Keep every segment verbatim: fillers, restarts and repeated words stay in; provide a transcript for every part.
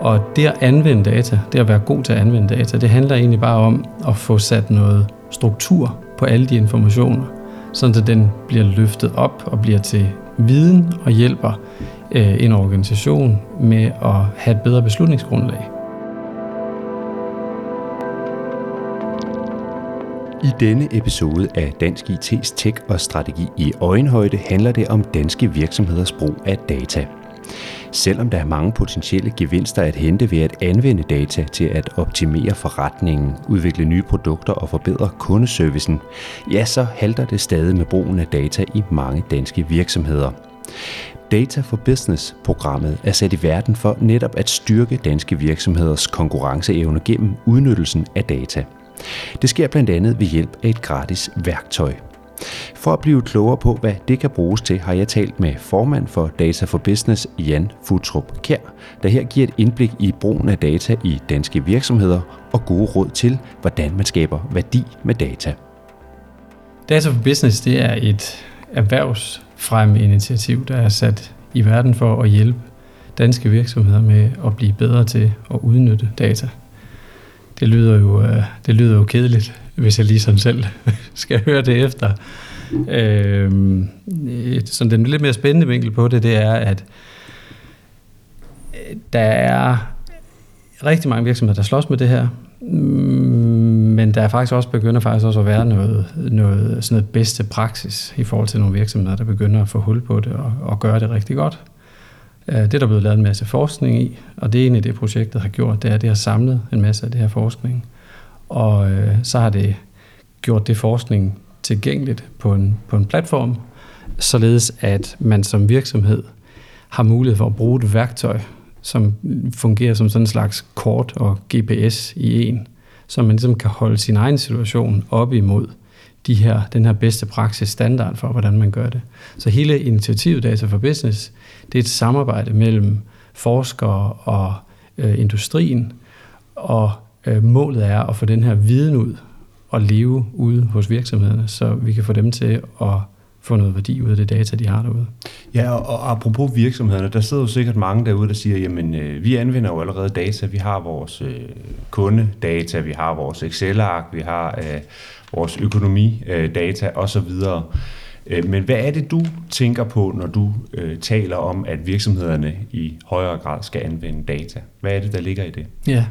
Og det at anvende data, det at være god til at anvende data, det handler egentlig bare om at få sat noget struktur på alle de informationer, sådan at den bliver løftet op og bliver til viden og hjælper øh, en organisation med at have et bedre beslutningsgrundlag. I denne episode af Dansk I T's Tech og Strategi i øjenhøjde handler det om danske virksomheders brug af data. Selvom der er mange potentielle gevinster at hente ved at anvende data til at optimere forretningen, udvikle nye produkter og forbedre kundeservicen, ja, så halter det stadig med brugen af data i mange danske virksomheder. Data for Business-programmet er sat i verden for netop at styrke danske virksomheders konkurrenceevne gennem udnyttelsen af data. Det sker blandt andet ved hjælp af et gratis værktøj. For at blive klogere på, hvad det kan bruges til, har jeg talt med formand for Data for Business, Jan Futtrup Kjær, der her giver et indblik i brugen af data i danske virksomheder og gode råd til, hvordan man skaber værdi med data. Data for Business, det er et erhvervsfremmeinitiativ, der er sat i verden for at hjælpe danske virksomheder med at blive bedre til at udnytte data. Det lyder jo, det lyder jo kedeligt, hvis jeg lige sådan selv skal høre det efter. Øhm, sådan den lidt mere spændende vinkel på det, det er, at der er rigtig mange virksomheder, der slås med det her, men der er faktisk også begynder faktisk også at være noget, noget, sådan noget bedste praksis i forhold til nogle virksomheder, der begynder at få hul på det og, og gøre det rigtig godt. Det er der blevet lavet en masse forskning i, og det er egentlig det, projektet har gjort, det er, at det har samlet en masse af det her forskning. Og øh, så har det gjort det forskning tilgængeligt på en, på en platform, således at man som virksomhed har mulighed for at bruge et værktøj, som fungerer som sådan en slags kort og G P S i en, så man ligesom kan holde sin egen situation op imod de her, den her bedste praksis standard for, hvordan man gør det. Så hele initiativet Data for Business, det er et samarbejde mellem forskere og øh, industrien, og øh, målet er at få den her viden ud og leve ude hos virksomhederne, så vi kan få dem til at få noget værdi ud af det data, de har derude. Ja, og, og apropos virksomhederne, der sidder jo sikkert mange derude, der siger, jamen øh, vi anvender jo allerede data, vi har vores øh, kundedata, vi har vores Excel-ark, vi har øh, vores økonomidata øh, osv. Øh, men hvad er det, du tænker på, når du øh, taler om, at virksomhederne i højere grad skal anvende data? Hvad er det, der ligger i det? Ja,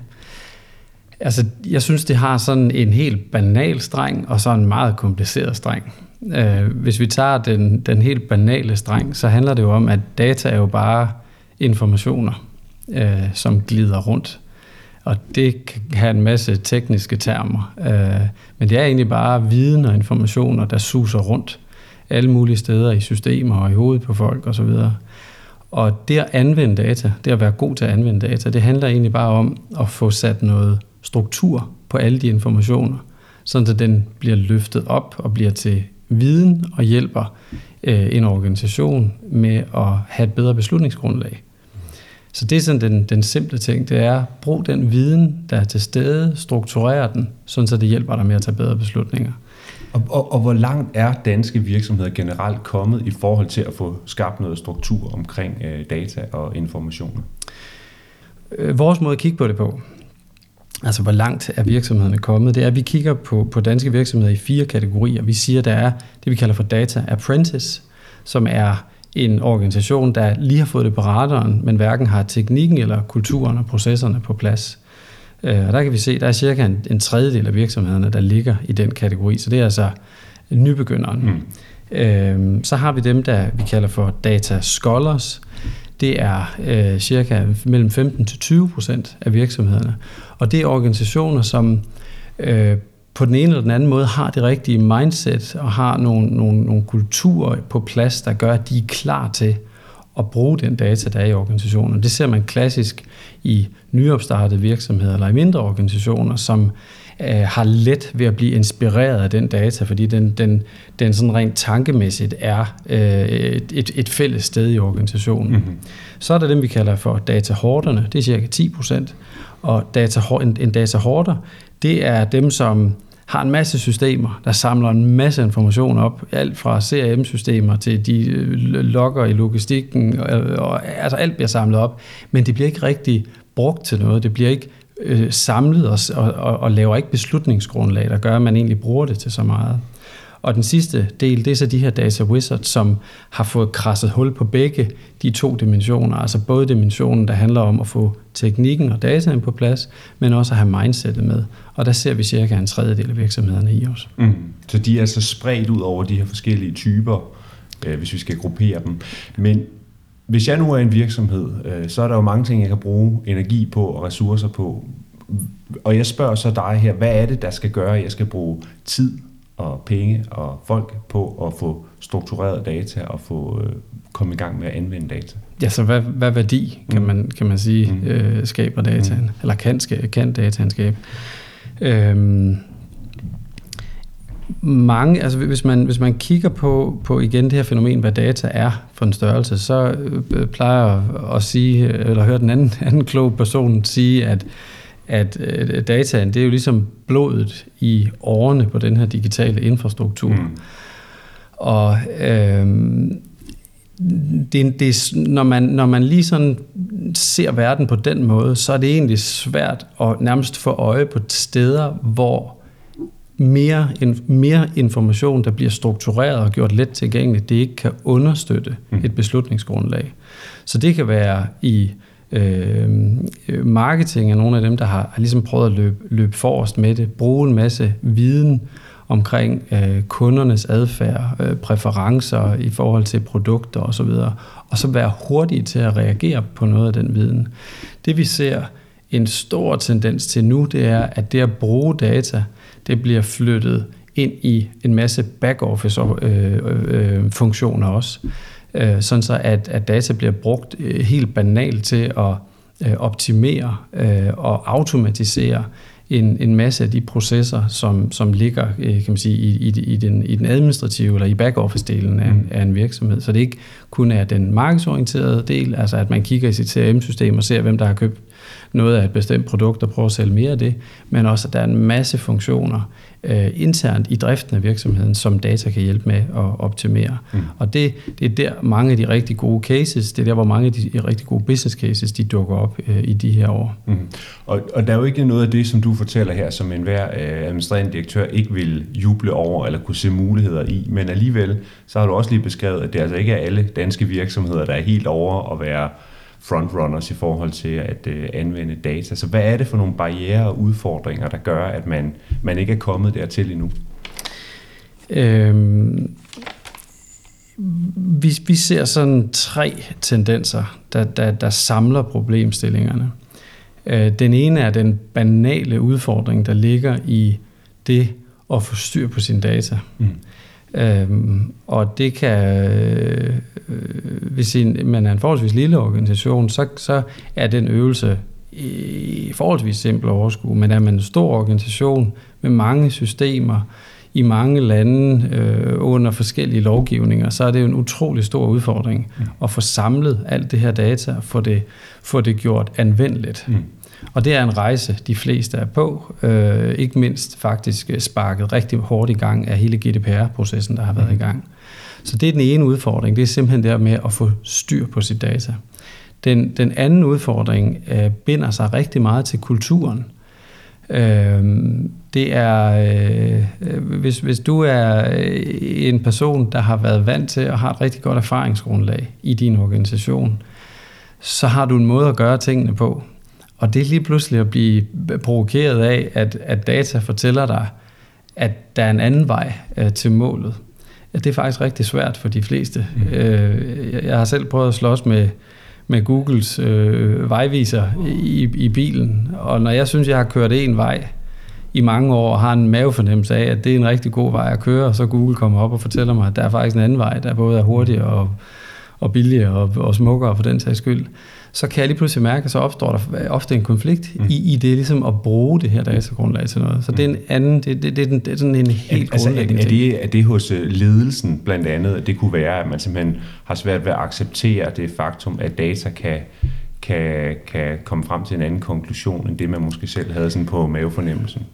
altså jeg synes, det har sådan en helt banal streng, og så en meget kompliceret streng. Hvis vi tager den, den helt banale streng, så handler det jo om, at data er jo bare informationer, øh, som glider rundt. Og det kan have en masse tekniske termer. Øh, men det er egentlig bare viden og informationer, der suser rundt alle mulige steder i systemer og i hovedet på folk osv. Og det at anvende data, det at være god til at anvende data, det handler egentlig bare om at få sat noget struktur på alle de informationer, sådan at den bliver løftet op og bliver til viden og hjælper øh, en organisation med at have et bedre beslutningsgrundlag. Så det er sådan den, den simple ting, det er, brug den viden, der er til stede, strukturere den, sådan så det hjælper dig med at tage bedre beslutninger. Og, og, og hvor langt er danske virksomheder generelt kommet i forhold til at få skabt noget struktur omkring øh, data og informationer? Øh, vores måde at kigge på det på, altså hvor langt er virksomhederne kommet, det er, at vi kigger på, på danske virksomheder i fire kategorier. Vi siger, der er det, vi kalder for Data Apprentice, som er en organisation, der lige har fået det på radaren, men hverken har teknikken eller kulturen og processerne på plads. Og der kan vi se, der er cirka en, en tredjedel af virksomhederne, der ligger i den kategori, så det er altså nybegynderen. Mm. Øhm, så har vi dem, der vi kalder for Data Scholars. Det er øh, cirka mellem femten til tyve procent af virksomhederne. Og det er organisationer, som øh, på den ene eller den anden måde har det rigtige mindset og har nogle, nogle, nogle kulturer på plads, der gør, at de er klar til at bruge den data, der er i organisationen. Det ser man klassisk i nyopstartede virksomheder eller i mindre organisationer, som øh, har let ved at blive inspireret af den data, fordi den, den, den sådan rent tankemæssigt er øh, et, et fælles sted i organisationen. Mm-hmm. Så er der dem, vi kalder for datahorderne, det er cirka ti procent, og data, en, en datahorder, det er dem, som har en masse systemer, der samler en masse information op, alt fra C R M-systemer til de logger i logistikken, og, og, altså alt bliver samlet op, men det bliver ikke rigtig brugt til noget. Det bliver ikke øh, samlet og, og, og laver ikke beslutningsgrundlag, der gør, at man egentlig bruger det til så meget. Og den sidste del, det er så de her data wizards, som har fået krasset hul på begge de to dimensioner. Altså både dimensionen, der handler om at få teknikken og dataen på plads, men også at have mindsetet med. Og der ser vi cirka en tredjedel af virksomhederne i os. Mm. Så de er altså spredt ud over de her forskellige typer, øh, hvis vi skal gruppere dem. Men hvis jeg nu er en virksomhed, øh, så er der jo mange ting, jeg kan bruge energi på og ressourcer på. Og jeg spørger så dig her, hvad er det, der skal gøre, at jeg skal bruge tid og penge og folk på at få struktureret data og få øh, komme i gang med at anvende data? Ja, så hvad, hvad værdi, kan, mm. man, kan man sige, mm. øh, skaber dataen, mm. eller kan, kan dataen skabe? Øhm, mange, altså hvis man, hvis man kigger på, på igen det her fænomen, hvad data er for en størrelse, så øh, plejer jeg at sige, eller høre den anden, anden klog person sige, at at øh, dataen, det er jo ligesom blodet i årene på den her digitale infrastruktur. Mm. Og øh, det, det, når, man, når man lige sådan ser verden på den måde, så er det egentlig svært at nærmest få øje på steder, hvor mere, mere information, der bliver struktureret og gjort let tilgængeligt, det ikke kan understøtte mm. et beslutningsgrundlag. Så det kan være i Øh, marketing er nogle af dem, der har, har ligesom prøvet at løbe, løbe forrest med det, bruge en masse viden omkring øh, kundernes adfærd, øh, præferencer i forhold til produkter osv., og så være hurtige til at reagere på noget af den viden. Det vi ser en stor tendens til nu, det er, at det at bruge data, det bliver flyttet ind i en masse back-office øh, øh, funktioner også. Sådan så at, at data bliver brugt helt banalt til at øh, optimere øh, og automatisere en, en masse af de processer, som, som ligger øh, kan man sige, i, i, i, den, i den administrative eller i back-office-delen af, mm. af en virksomhed. Så det ikke kun er den markedsorienterede del, altså at man kigger i sit C R M-system og ser, hvem der har købt noget af et bestemt produkt og prøver at sælge mere af det, men også at der er en masse funktioner øh, internt i driften af virksomheden, som data kan hjælpe med at optimere. Mm. Og det, det er der mange af de rigtig gode cases, det er der, hvor mange af de rigtig gode business cases, de dukker op øh, i de her år. Mm. Og, og der er jo ikke noget af det, som du fortæller her, som enhver øh, administrerende direktør ikke vil juble over eller kunne se muligheder i, men alligevel, så har du også lige beskrevet, at det altså ikke er alle danske virksomheder, der er helt over at være frontrunners i forhold til at øh, anvende data. Så hvad er det for nogle barrierer og udfordringer, der gør, at man, man ikke er kommet dertil endnu? Øhm, vi, vi ser sådan tre tendenser, der, der, der samler problemstillingerne. Øh, den ene er den banale udfordring, der ligger i det at få styr på sine data. Mm. Øhm, og det kan, øh, hvis man er en forholdsvis lille organisation, så, så er den øvelse i forholdsvis simpel at overskue, men er man en stor organisation med mange systemer i mange lande øh, under forskellige lovgivninger, så er det jo en utrolig stor udfordring mm. at få samlet alt det her data og få det, få det gjort anvendeligt. Mm. Og det er en rejse, de fleste er på. Øh, ikke mindst faktisk sparket rigtig hårdt i gang af hele G D P R-processen, der har været mm. i gang. Så det er den ene udfordring. Det er simpelthen der med at få styr på sit data. Den, den anden udfordring øh, binder sig rigtig meget til kulturen. Øh, det er, øh, hvis, hvis du er en person, der har været vant til at have et rigtig godt erfaringsgrundlag i din organisation, så har du en måde at gøre tingene på. Og det er lige pludselig at blive provokeret af, at, at data fortæller dig, at der er en anden vej øh, til målet. Ja, det er faktisk rigtig svært for de fleste. Mm. Øh, jeg har selv prøvet at slås med, med Googles øh, vejviser i, i bilen, og når jeg synes, jeg har kørt en vej i mange år, og har en mavefornemmelse af, at det er en rigtig god vej at køre, og så Google kommer op og fortæller mig, at der er faktisk en anden vej, der både er hurtigere og, og billigere og, og smukkere for den sags skyld, så kan jeg lige pludselig mærke, at så opstår der ofte en konflikt mm. i, i det ligesom at bruge det her datagrundlag til noget. Så mm. det er en anden, det, det, det, det er sådan en helt altså, grundlæggende er, er, det, er det hos ledelsen blandt andet, at det kunne være, at man simpelthen har svært ved at acceptere det faktum, at data kan, kan, kan komme frem til en anden konklusion, end det man måske selv havde sådan på mavefornemmelsen?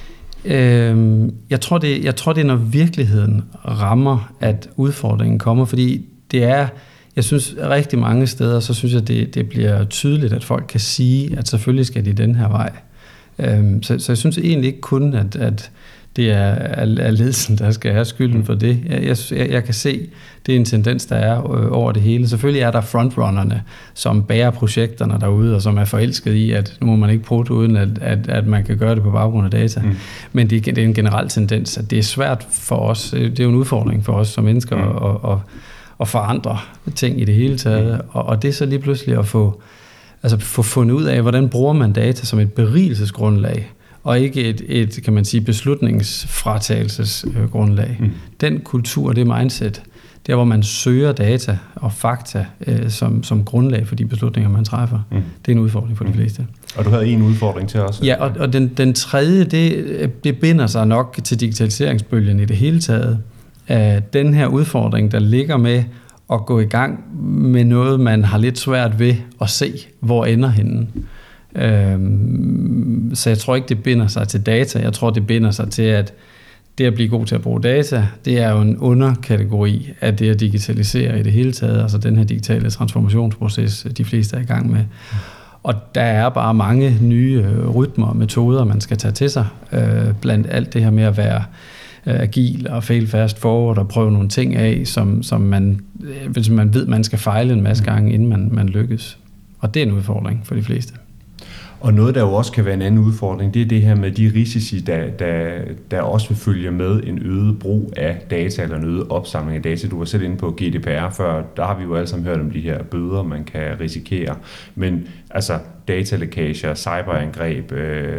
Øhm, jeg, tror det, jeg tror, det er, når virkeligheden rammer, at udfordringen kommer, fordi det er jeg synes rigtig mange steder, så synes jeg, det, det bliver tydeligt, at folk kan sige, at selvfølgelig skal de den her vej. Øhm, så, så jeg synes egentlig ikke kun, at, at det er, er ledelsen, der skal have skylden for det. Jeg, jeg, jeg kan se, det er en tendens, der er over det hele. Selvfølgelig er der frontrunnerne, som bærer projekterne derude, og som er forelsket i, at nu må man ikke prøve det, uden at, at, at man kan gøre det på baggrund af data. Mm. Men det, det er en generel tendens, at det er svært for os, det er jo en udfordring for os som mennesker, mm. at, at, at forandre ting i det hele taget. Mm. Og, og det er så lige pludselig at få, altså få fundet ud af, hvordan bruger man data som et berigelsesgrundlag, og ikke et, et kan man sige, beslutningsfratagelsesgrundlag. Mm. Den kultur, det mindset, der hvor man søger data og fakta øh, som, som grundlag for de beslutninger, man træffer, mm. det er en udfordring for de fleste. Og du havde en udfordring til os. Ja, og, og den, den tredje, det, det binder sig nok til digitaliseringsbølgen i det hele taget. Uh, den her udfordring, der ligger med at gå i gang med noget, man har lidt svært ved at se, hvor ender henne. Øhm, så jeg tror ikke, det binder sig til data. Jeg tror, det binder sig til, at det at blive god til at bruge data, det er jo en underkategori af det at digitalisere i det hele taget, altså den her digitale transformationsproces, de fleste er i gang med. Og der er bare mange nye rytmer og metoder, man skal tage til sig, øh, blandt alt det her med at være øh, agil og fail fast forward og prøve nogle ting af, som, som man, hvis man ved, man skal fejle en masse gange, inden man, man lykkes. Og det er en udfordring for de fleste. Og noget, der jo også kan være en anden udfordring, det er det her med de risici, der, der, der også vil følge med en øget brug af data, eller en øget opsamling af data. Du var selv inde på G D P R før, der har vi jo alle sammen hørt om de her bøder, man kan risikere. Men altså datalækager, cyberangreb, øh,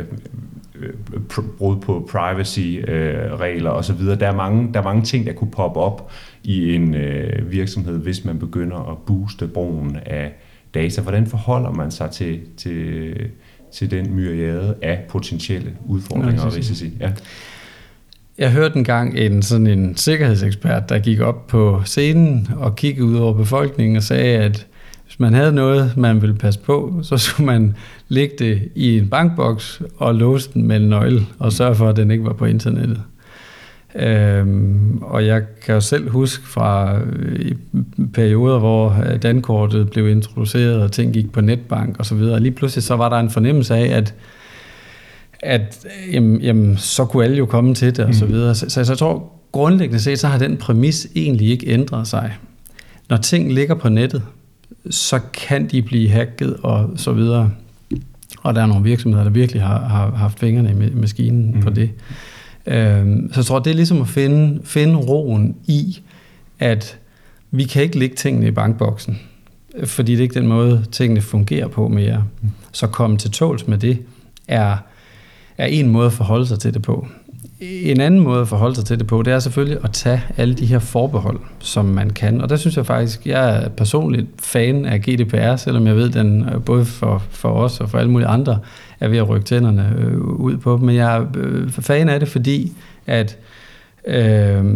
brud på privacy-regler øh, osv., der er, mange, der er mange ting, der kunne poppe op i en øh, virksomhed, hvis man begynder at booste brugen af data. Hvordan forholder man sig til, til, til den myriade af potentielle udfordringer og risici? Ja. Jeg hørte engang en sådan en sikkerhedsekspert, der gik op på scenen og kiggede ud over befolkningen og sagde, at hvis man havde noget, man ville passe på, så skulle man lægge det i en bankboks og låse den med en nøgle og sørge for, at den ikke var på internettet. Øhm, og jeg kan jo selv huske fra i perioder, hvor dankortet blev introduceret, og ting gik på netbank og så videre. Lige pludselig så var der en fornemmelse af, at, at jamen, jamen, så kunne alle jo komme til det og så videre. Så, så jeg tror grundlæggende set, så har den præmis egentlig ikke ændret sig. Når ting ligger på nettet, så kan de blive hacket og så videre. Og der er nogle virksomheder, der virkelig har, har haft fingrene i maskinen mm. på det. Så jeg tror, det er ligesom at finde, finde roen i, at vi kan ikke lægge tingene i bankboksen, fordi det er ikke den måde, tingene fungerer på mere. Så komme til tåls med det, er, er en måde at forholde sig til det på. En anden måde at forholde sig til det på, det er selvfølgelig at tage alle de her forbehold, som man kan. Og der synes jeg faktisk, jeg er personligt fan af G D P R, selvom jeg ved, den både for, for os og for alle mulige andre er ved at rykke tænderne øh, ud på dem. Men jeg er øh, fan af det, fordi at øh,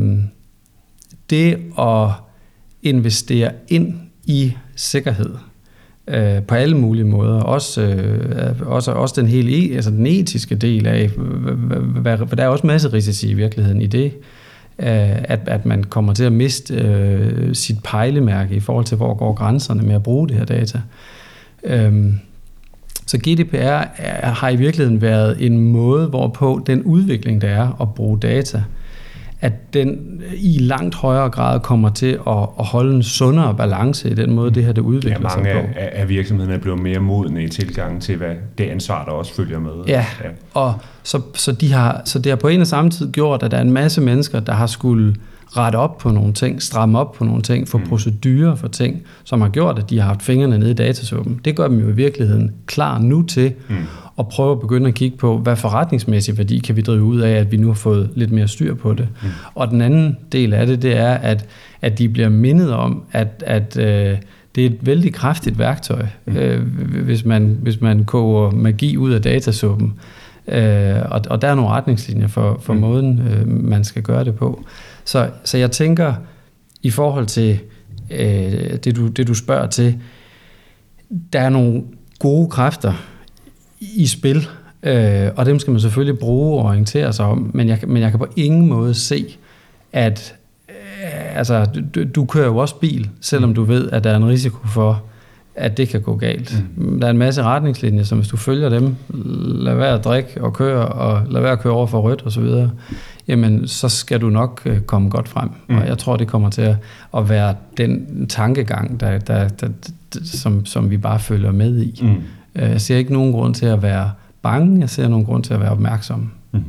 det at investere ind i sikkerhed øh, på alle mulige måder, også, øh, også, også den hele altså den etiske del af, for der er også masse risici i virkeligheden i det, øh, at, at man kommer til at miste øh, sit pejlemærke i forhold til, hvor går grænserne med at bruge det her data. Øh, Så G D P R har i virkeligheden været en måde, hvorpå den udvikling, der er at bruge data, at den i langt højere grad kommer til at, at holde en sundere balance i den måde, det her det udvikler sig på. Ja, mange af, af virksomhederne er blevet mere modne i tilgangen til, hvad det ansvar, der også følger med. Ja, ja. og så, så, de har, så det har på en og samme tid gjort, at der er en masse mennesker, der har skulle rette op på nogle ting, stramme op på nogle ting, få mm. procedurer for ting, som har gjort, at de har haft fingrene nede i datasuppen. Det gør dem jo i virkeligheden klar nu til mm. at prøve at begynde at kigge på, hvad forretningsmæssig værdi kan vi drive ud af, at vi nu har fået lidt mere styr på det. Mm. Og den anden del af det, det er, at, at de bliver mindet om, at, at øh, det er et vældig kraftigt værktøj, mm. øh, hvis, man, hvis man koger magi ud af datasuppen. Øh, og, og der er nogle retningslinjer for, for mm. måden, øh, man skal gøre det på. Så, så jeg tænker, i forhold til øh, det, du, det, du spørger til, der er nogle gode kræfter i spil, øh, og dem skal man selvfølgelig bruge og orientere sig om, men jeg, men jeg kan på ingen måde se, at, altså, du, du kører jo også bil, selvom du ved, at der er en risiko for, at det kan gå galt. Mm. Der er en masse retningslinjer, som hvis du følger dem, lad være at drikke og køre, og lad være at køre over for rødt og så videre, jamen så skal du nok komme godt frem. Mm. Og jeg tror, det kommer til at være den tankegang, der, der, der, der, som, som vi bare følger med i. Mm. Jeg ser ikke nogen grund til at være bange, jeg ser nogen grund til at være opmærksom. Mm.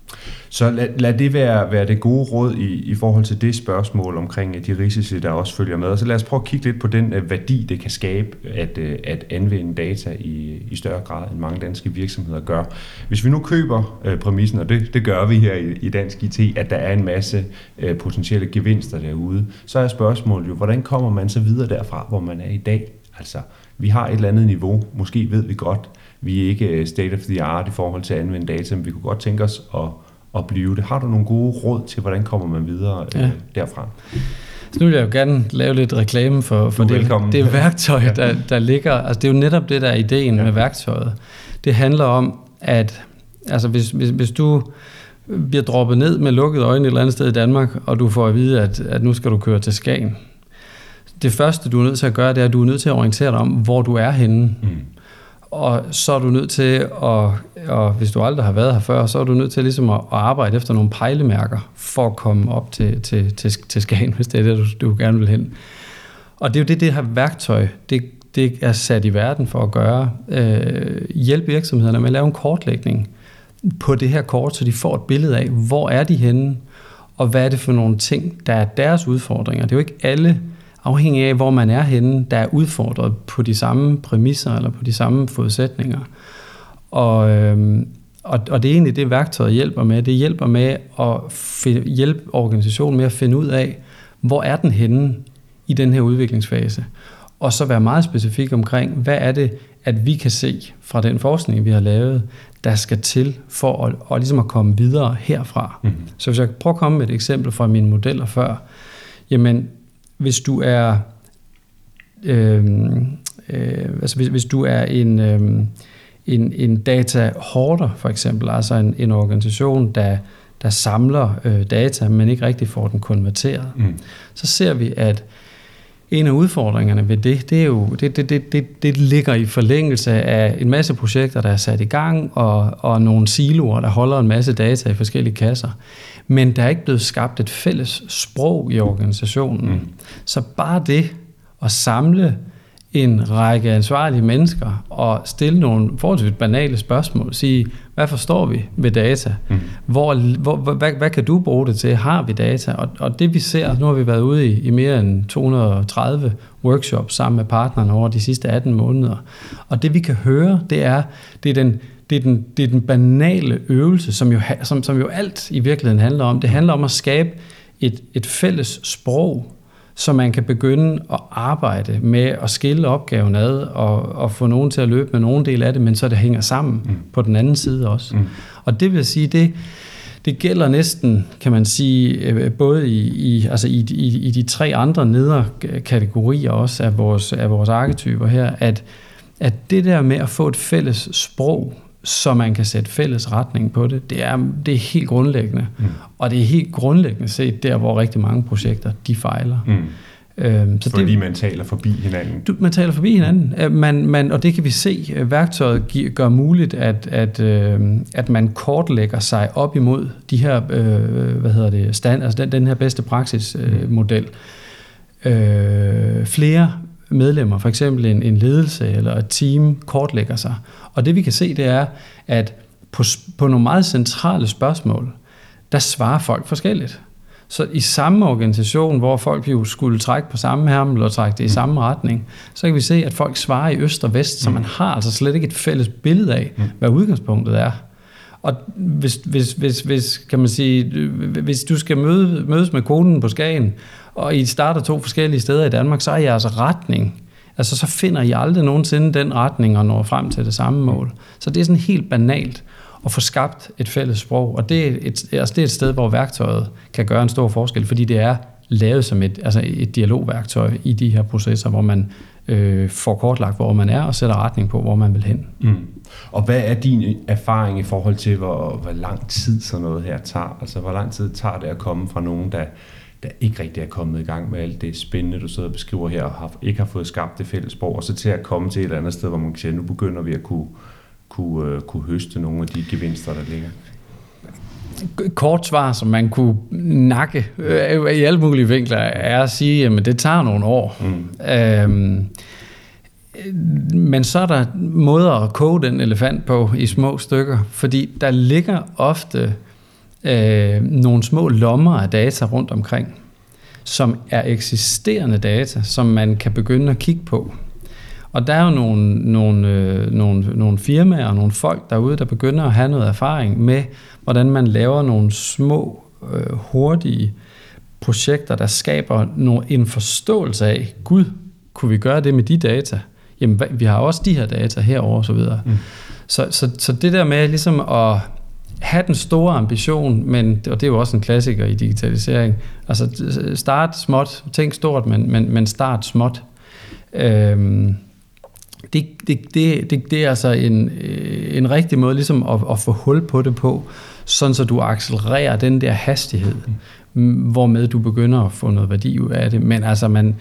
Så lad, lad det være, være det gode råd i, i forhold til det spørgsmål omkring de risici, der også følger med. Og så lad os prøve at kigge lidt på den uh, værdi, det kan skabe at, uh, at anvende data i, i større grad, end mange danske virksomheder gør. Hvis vi nu køber uh, præmissen, og det, det gør vi her i, i Dansk I T, at der er en masse uh, potentielle gevinster derude, så er spørgsmålet jo, hvordan kommer man så videre derfra, hvor man er i dag? Altså, vi har et eller andet niveau, måske ved vi godt, vi er ikke state of the art i forhold til at anvende data, men vi kunne godt tænke os at at blive det. Har du nogle gode råd til, hvordan kommer man videre ja. øh, derfra? Så nu vil jeg jo gerne lave lidt reklame for, for det, det værktøj, ja. der, der ligger. Altså, det er jo netop det, der er ideen ja. med værktøjet. Det handler om, at altså, hvis, hvis, hvis du bliver droppet ned med lukkede øjne et eller andet sted i Danmark, og du får at vide, at, at nu skal du køre til Skagen. Det første, du er nødt til at gøre, det er, at du er nødt til at orientere dig om, hvor du er henne. Mm. Og så er du nødt til at, og hvis du aldrig har været her før, så er du nødt til ligesom at arbejde efter nogle pejlemærker for at komme op til, til, til, til Skagen, hvis det er det, du, du gerne vil hen. Og det er jo det, det her værktøj, det, det er sat i verden for at gøre. Øh, hjælpe virksomhederne med at lave en kortlægning på det her kort, så de får et billede af, hvor er de henne, og hvad er det for nogle ting, der er deres udfordringer. Det er jo ikke alle, afhængig af, hvor man er henne, der er udfordret på de samme præmisser eller på de samme forudsætninger. Og, øhm, og, og det er egentlig det, værktøjet hjælper med. Det hjælper med at f- hjælpe organisationen med at finde ud af, hvor er den henne i den her udviklingsfase. Og så være meget specifik omkring, hvad er det, at vi kan se fra den forskning, vi har lavet, der skal til for at, og ligesom at komme videre herfra. Mm-hmm. Så hvis jeg prøver at komme med et eksempel fra mine modeller før, jamen, hvis du er, øh, øh, altså hvis, hvis du er en, øh, en, en data hoarder for eksempel, altså en, en organisation, der, der samler øh, data, men ikke rigtig får den konverteret, mm. så ser vi, at en af udfordringerne ved det, det er jo, det, det, det, det, det ligger i forlængelse af en masse projekter, der er sat i gang, og, og nogle siloer, der holder en masse data i forskellige kasser. Men der er ikke blevet skabt et fælles sprog i organisationen. Mm. Så bare det at samle en række ansvarlige mennesker og stille nogle forholdsvis banale spørgsmål, sige, hvad forstår vi ved data? Mm. Hvor, hvor, hvad, hvad kan du bruge det til? Har vi data? Og, og det vi ser, nu har vi været ude i, i mere end to hundrede og tredive workshops sammen med partnerne over de sidste atten måneder. Og det vi kan høre, det er, det er den Det er, den, det er den banale øvelse, som jo, som, som jo alt i virkeligheden handler om. Det handler om at skabe et, et fælles sprog, så man kan begynde at arbejde med at skille opgaven ad og, og få nogen til at løbe med nogen del af det, men så det hænger sammen mm. på den anden side også. Mm. Og det vil sige, det, det gælder næsten, kan man sige, både i, i, altså i, i, i de tre andre nederkategorier også af vores, af vores arketyper her, at, at det der med at få et fælles sprog, så man kan sætte fælles retning på det, det er, det er helt grundlæggende. Mm. Og det er helt grundlæggende set der, hvor rigtig mange projekter, de fejler. Mm. Øhm, så Fordi det, man taler forbi hinanden. Du, man taler forbi hinanden, man, man, og det kan vi se. Værktøjet gør muligt, at, at, øh, at man kortlægger sig op imod de her, øh, hvad hedder det, stand, altså den, den her bedste praksismodel. Øh, øh, flere medlemmer, for eksempel en, en ledelse eller et team, kortlægger sig. Og det vi kan se, det er, at på, på nogle meget centrale spørgsmål, der svarer folk forskelligt. Så i samme organisation, hvor folk jo skulle trække på samme hermel og trække det i samme retning, så kan vi se, at folk svarer i øst og vest, så man har altså slet ikke et fælles billede af, hvad udgangspunktet er. Og hvis, hvis, hvis, hvis, kan man sige, hvis du skal møde, mødes med konen på Skagen, og I starter to forskellige steder i Danmark, så er jeres retning, altså så finder I aldrig nogensinde den retning og når frem til det samme mål. Så det er sådan helt banalt at få skabt et fælles sprog, og det er et, altså det er et sted, hvor værktøjet kan gøre en stor forskel, fordi det er lavet som et, altså et dialogværktøj i de her processer, hvor man øh, får kortlagt, hvor man er, og sætter retning på, hvor man vil hen. Mm. Og hvad er din erfaring i forhold til, hvor, hvor lang tid sådan noget her tager? Altså, hvor lang tid tager det at komme fra nogen, der, der ikke rigtig er kommet i gang med alt det spændende, du sidder og beskriver her, og har, ikke har fået skabt det fælles sprog, og så til at komme til et andet sted, hvor man kan sige, nu begynder vi at kunne, kunne, uh, kunne høste nogle af de gevinster, der ligger? Kort svar, som man kunne nakke øh, i alle mulige vinkler, er at sige, at det tager nogle år. Mm. Øhm, men så er der måder at koge den elefant på i små stykker, fordi der ligger ofte øh, nogle små lommer af data rundt omkring, som er eksisterende data, som man kan begynde at kigge på. Og der er jo nogle, nogle, øh, nogle, nogle firmaer og nogle folk derude, der begynder at have noget erfaring med, hvordan man laver nogle små, øh, hurtige projekter, der skaber nogle, en forståelse af, gud, kunne vi gøre det med de data? Jamen, vi har også de her data herover og så videre. Mm. Så, så, så det der med ligesom at have den store ambition, men, og det er jo også en klassiker i digitalisering, altså start småt, tænk stort, men, men, men start småt. Øhm, Det, det, det, det, det er altså en, en rigtig måde ligesom at, at få hul på det på, sådan så du accelererer den der hastighed, mm. hvormed du begynder at få noget værdi ud af det. Men altså man,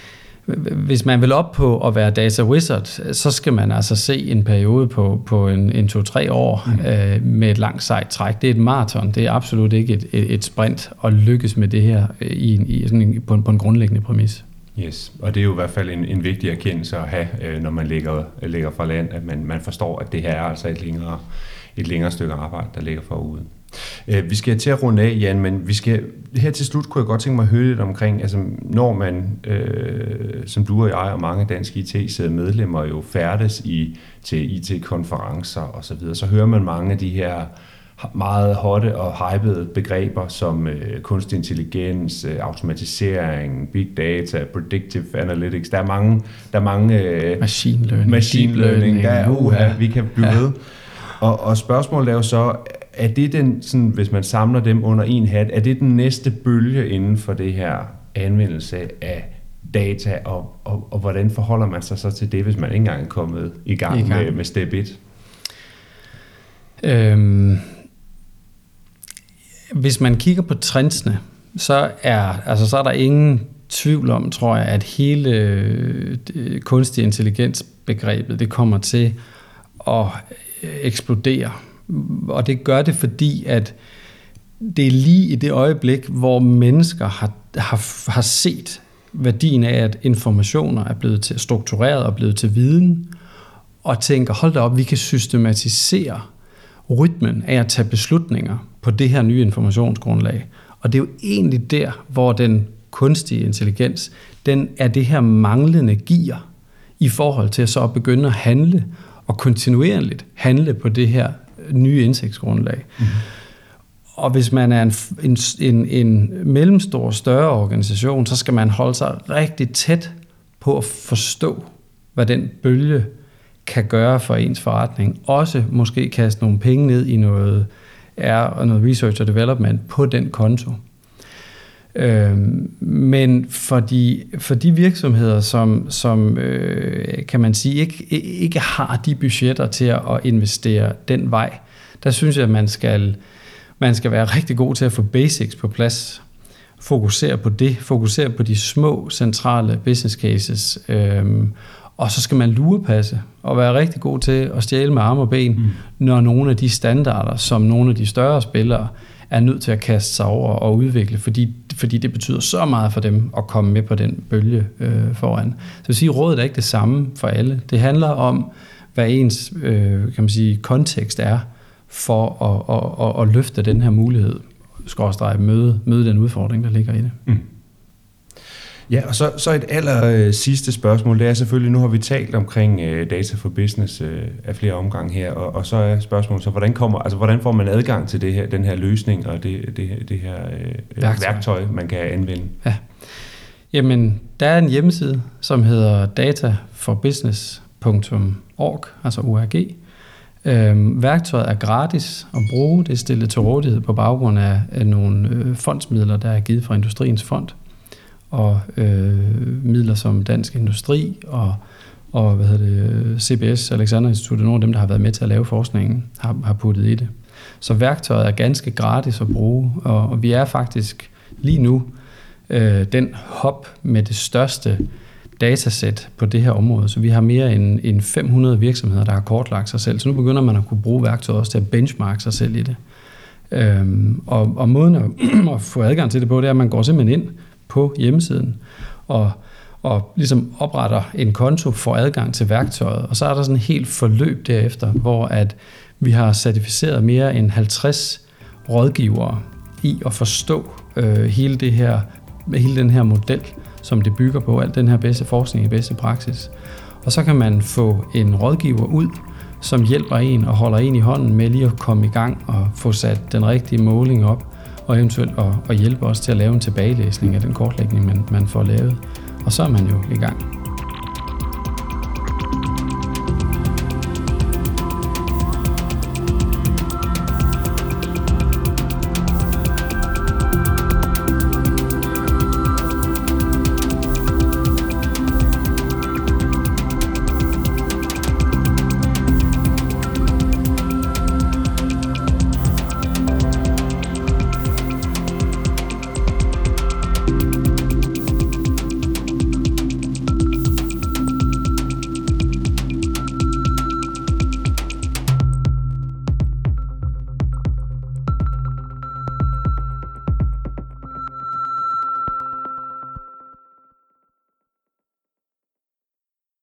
hvis man vil op på at være data wizard, så skal man altså se en periode på, på en, en to-tre år mm. øh, med et langt sejt træk. Det er et maraton, det er absolut ikke et, et, et sprint at lykkes med det her i, i, sådan en, på, en, på en grundlæggende præmis. Yes, og det er jo i hvert fald en, en vigtig erkendelse at have, øh, når man ligger, ligger fra land, at man, man forstår, at det her er altså et længere, et længere stykke arbejde, der ligger forude. Øh, vi skal til at runde af, Jan, men vi skal, her til slut kunne jeg godt tænke mig at høre lidt omkring, altså når man, øh, som du og jeg og mange danske I T-medlemmer jo færdes i, til I T-konferencer og så videre, så hører man mange af de her meget hotte og hypede begreber som øh, kunstig intelligens, øh, automatisering, big data, predictive analytics. Der er mange, der er mange øh, machine learning, machine learning. Der er uha, vi kan blive ved. Og, og spørgsmålet er jo så, er det den, sådan, hvis man samler dem under en hat, er det den næste bølge inden for det her anvendelse af data, og, og, og hvordan forholder man sig så til det, hvis man ikke engang er kommet i gang, I gang. Med, med step et? Øhm Hvis man kigger på trendsene, så er, altså, så er der ingen tvivl om, tror jeg, at hele øh, kunstig intelligens-begrebet, det kommer til at eksplodere. Og det gør det, fordi at det er lige i det øjeblik, hvor mennesker har, har, har set værdien af, at informationer er blevet til, struktureret og blevet til viden, og tænker, hold da op, vi kan systematisere rytmen af at tage beslutninger på det her nye informationsgrundlag. Og det er jo egentlig der, hvor den kunstige intelligens, den er det her manglende gear i forhold til at så begynde at handle og kontinuerligt handle på det her nye indsigtsgrundlag. Mm. Og hvis man er en, en, en, en mellemstor, større organisation, så skal man holde sig rigtig tæt på at forstå, hvad den bølge kan gøre for ens forretning. Også måske kaste nogle penge ned i noget er og noget research og development på den konto. Øhm, men for de, for de virksomheder, som, som øh, kan man sige, ikke, ikke har de budgetter til at investere den vej, der synes jeg, at man skal, man skal være rigtig god til at få basics på plads. Fokusere på det. Fokusere på de små, centrale business cases. Øhm, og så skal man lurepasse og være rigtig god til at stjæle med arme og ben, mm. når nogle af de standarder, som nogle af de større spillere er nødt til at kaste sig over og udvikle, fordi, fordi det betyder så meget for dem at komme med på den bølge øh, foran. Så vil sige, rådet er ikke det samme for alle. Det handler om, hvad ens øh, kan man sige, kontekst er for at, at, at, at løfte den her mulighed, skråstreg møde, møde den udfordring, der ligger i det. Mm. Ja, og så, så et aller øh, sidste spørgsmål, det er selvfølgelig, nu har vi talt omkring øh, data for business øh, af flere omgange her, og, og så er spørgsmålet så, hvordan, kommer, altså, hvordan får man adgang til det her, den her løsning og det, det, det her øh, værktøj. værktøj, man kan anvende? Ja. Jamen, der er en hjemmeside, som hedder data for business punktum org, altså O R G. Øhm, værktøjet er gratis at bruge, det er stillet til rådighed på baggrund af, af nogle øh, fondsmidler, der er givet fra Industriens Fond, og øh, midler som Dansk Industri og, og hvad hedder det, C B S, Alexander Instituttet, nogle af dem, der har været med til at lave forskningen, har, har puttet i det. Så værktøjet er ganske gratis at bruge, og, og vi er faktisk lige nu øh, den hub med det største datasæt på det her område. Så vi har mere end, end fem hundrede virksomheder, der har kortlagt sig selv. Så nu begynder man at kunne bruge værktøjet også til at benchmarke sig selv i det. Øhm, og, og måden at, at få adgang til det på, det er, at man går simpelthen ind på hjemmesiden og, og ligesom opretter en konto for adgang til værktøjet. Og så er der sådan et helt forløb derefter, hvor at vi har certificeret mere end halvtreds rådgivere i at forstå øh, hele, det her, hele den her model, som det bygger på, al den her bedste forskning i bedste praksis. Og så kan man få en rådgiver ud, som hjælper en og holder en i hånden med lige at komme i gang og få sat den rigtige måling op, og eventuelt at, at hjælpe os til at lave en tilbagelæsning af den kortlægning, man, man får lavet. Og så er man jo i gang.